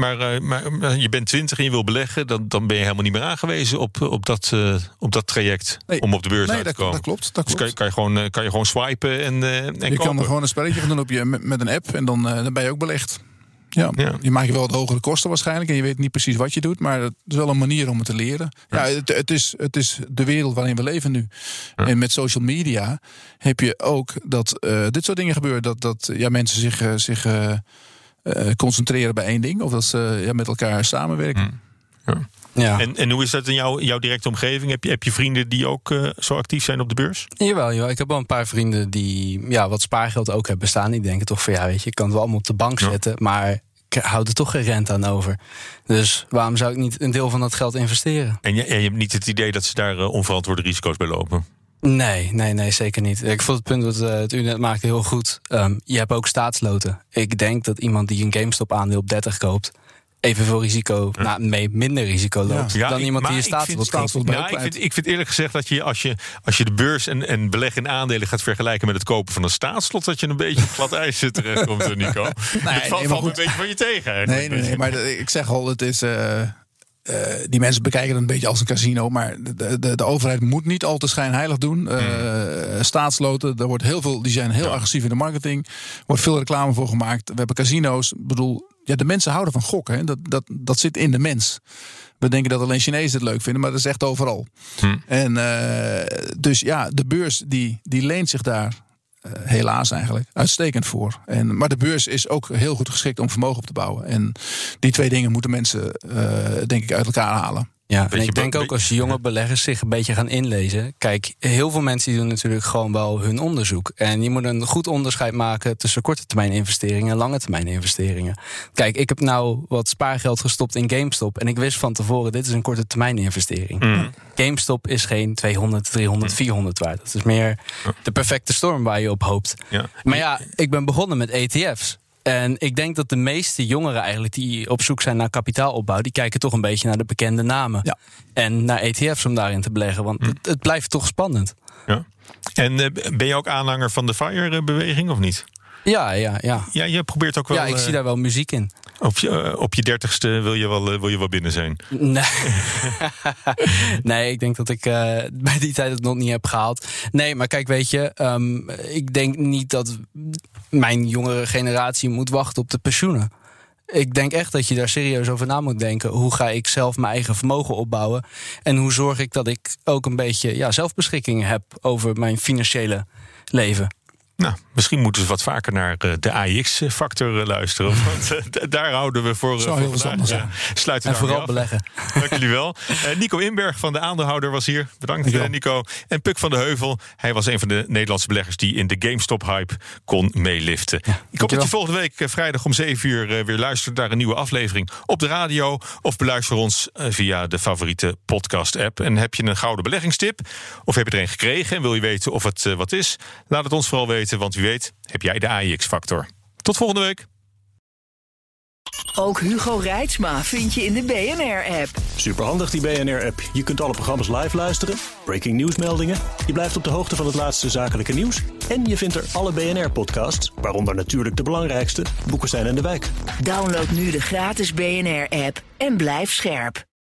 Maar je bent 20 en je wil beleggen, dan ben je helemaal niet meer aangewezen op dat traject om op de beurs uit te komen. Dat klopt. Dus kan je gewoon swipen en je kopen. kan er gewoon een spelletje van doen met een app en dan ben je ook belegd. Ja. Je maakt wel wat hogere kosten waarschijnlijk en je weet niet precies wat je doet, maar het is wel een manier om het te leren. Ja, het is de wereld waarin we leven nu. Ja. En met social media heb je ook dat dit soort dingen gebeuren, dat mensen zich concentreren bij één ding of dat ze met elkaar samenwerken. Ja. En hoe is dat in jouw directe omgeving? Heb je vrienden die ook zo actief zijn op de beurs? Jawel. Ik heb wel een paar vrienden die wat spaargeld ook hebben staan. Die denken toch van weet je kan het wel allemaal op de bank zetten. Maar ik houd er toch geen rente aan over. Dus waarom zou ik niet een deel van dat geld investeren? En je hebt niet het idee dat ze daar onverantwoorde risico's bij lopen? Nee, zeker niet. Ik vond het punt wat het u net maakte heel goed. Je hebt ook staatsloten. Ik denk dat iemand die een GameStop aandeel op 30 koopt evenveel risico, minder risico loopt dan iemand die een staatslot koopt. Ik vind eerlijk gezegd dat je als je de beurs en beleggen in aandelen gaat vergelijken met het kopen van een staatslot, dat je een beetje op glad ijs terechtkomt, Nico. Het valt een beetje van je tegen. Nee, maar ik zeg al, het is die mensen bekijken het een beetje als een casino, maar de overheid moet niet al te schijnheilig doen. Staatsloten, die zijn heel agressief in de marketing. Er wordt veel reclame voor gemaakt. We hebben casino's. Ik bedoel, de mensen houden van gokken. Hè? Dat zit in de mens. We denken dat alleen Chinezen het leuk vinden, maar dat is echt overal. En dus de beurs die leent zich daar helaas eigenlijk uitstekend voor. Maar de beurs is ook heel goed geschikt om vermogen op te bouwen. En die twee dingen moeten mensen, denk ik, uit elkaar halen. Ja, en ik denk ook als jonge beleggers zich een beetje gaan inlezen. Kijk, heel veel mensen die doen natuurlijk gewoon wel hun onderzoek. En je moet een goed onderscheid maken tussen korte termijn investeringen en lange termijn investeringen. Kijk, ik heb nou wat spaargeld gestopt in GameStop. En ik wist van tevoren, dit is een korte termijn investering. GameStop is geen 200, 300, 400 waard. Dat is meer de perfecte storm waar je op hoopt. Ja. Maar ik ben begonnen met ETF's. En ik denk dat de meeste jongeren eigenlijk die op zoek zijn naar kapitaalopbouw, die kijken toch een beetje naar de bekende namen. Ja. En naar ETF's om daarin te beleggen, want het blijft toch spannend. Ja. En ben je ook aanhanger van de FIRE-beweging of niet? Ja. Ja, je probeert ook wel. Ja, ik zie daar wel muziek in. Op je 30ste wil je wel binnen zijn? Nee. Nee, ik denk dat ik bij die tijd het nog niet heb gehaald. Nee, maar kijk, weet je, ik denk niet dat mijn jongere generatie moet wachten op de pensioenen. Ik denk echt dat je daar serieus over na moet denken. Hoe ga ik zelf mijn eigen vermogen opbouwen? En hoe zorg ik dat ik ook een beetje zelfbeschikking heb over mijn financiële leven? Nou, misschien moeten we wat vaker naar de AEX-factor luisteren. Want daar houden we voor vandaag. Sluiten en vooral beleggen. Dank jullie wel. Nico Inberg van de Aandeelhouder was hier. Bedankt, Nico. En Puk van de Heuvel. Hij was een van de Nederlandse beleggers die in de GameStop-hype kon meeliften. Ik hoop dat je volgende week vrijdag om 7 uur weer luistert naar een nieuwe aflevering op de radio. Of beluister ons via de favoriete podcast-app. En heb je een gouden beleggingstip? Of heb je er een gekregen en wil je weten of het wat is? Laat het ons vooral weten. Want wie weet heb jij de AEX-factor. Tot volgende week. Ook Hugo Reitsma vind je in de BNR-app. Superhandig die BNR-app. Je kunt alle programma's live luisteren, breaking nieuwsmeldingen. Je blijft op de hoogte van het laatste zakelijke nieuws. En je vindt er alle BNR-podcasts, waaronder natuurlijk de belangrijkste, Boekenstein en de Wijk. Download nu de gratis BNR-app en blijf scherp.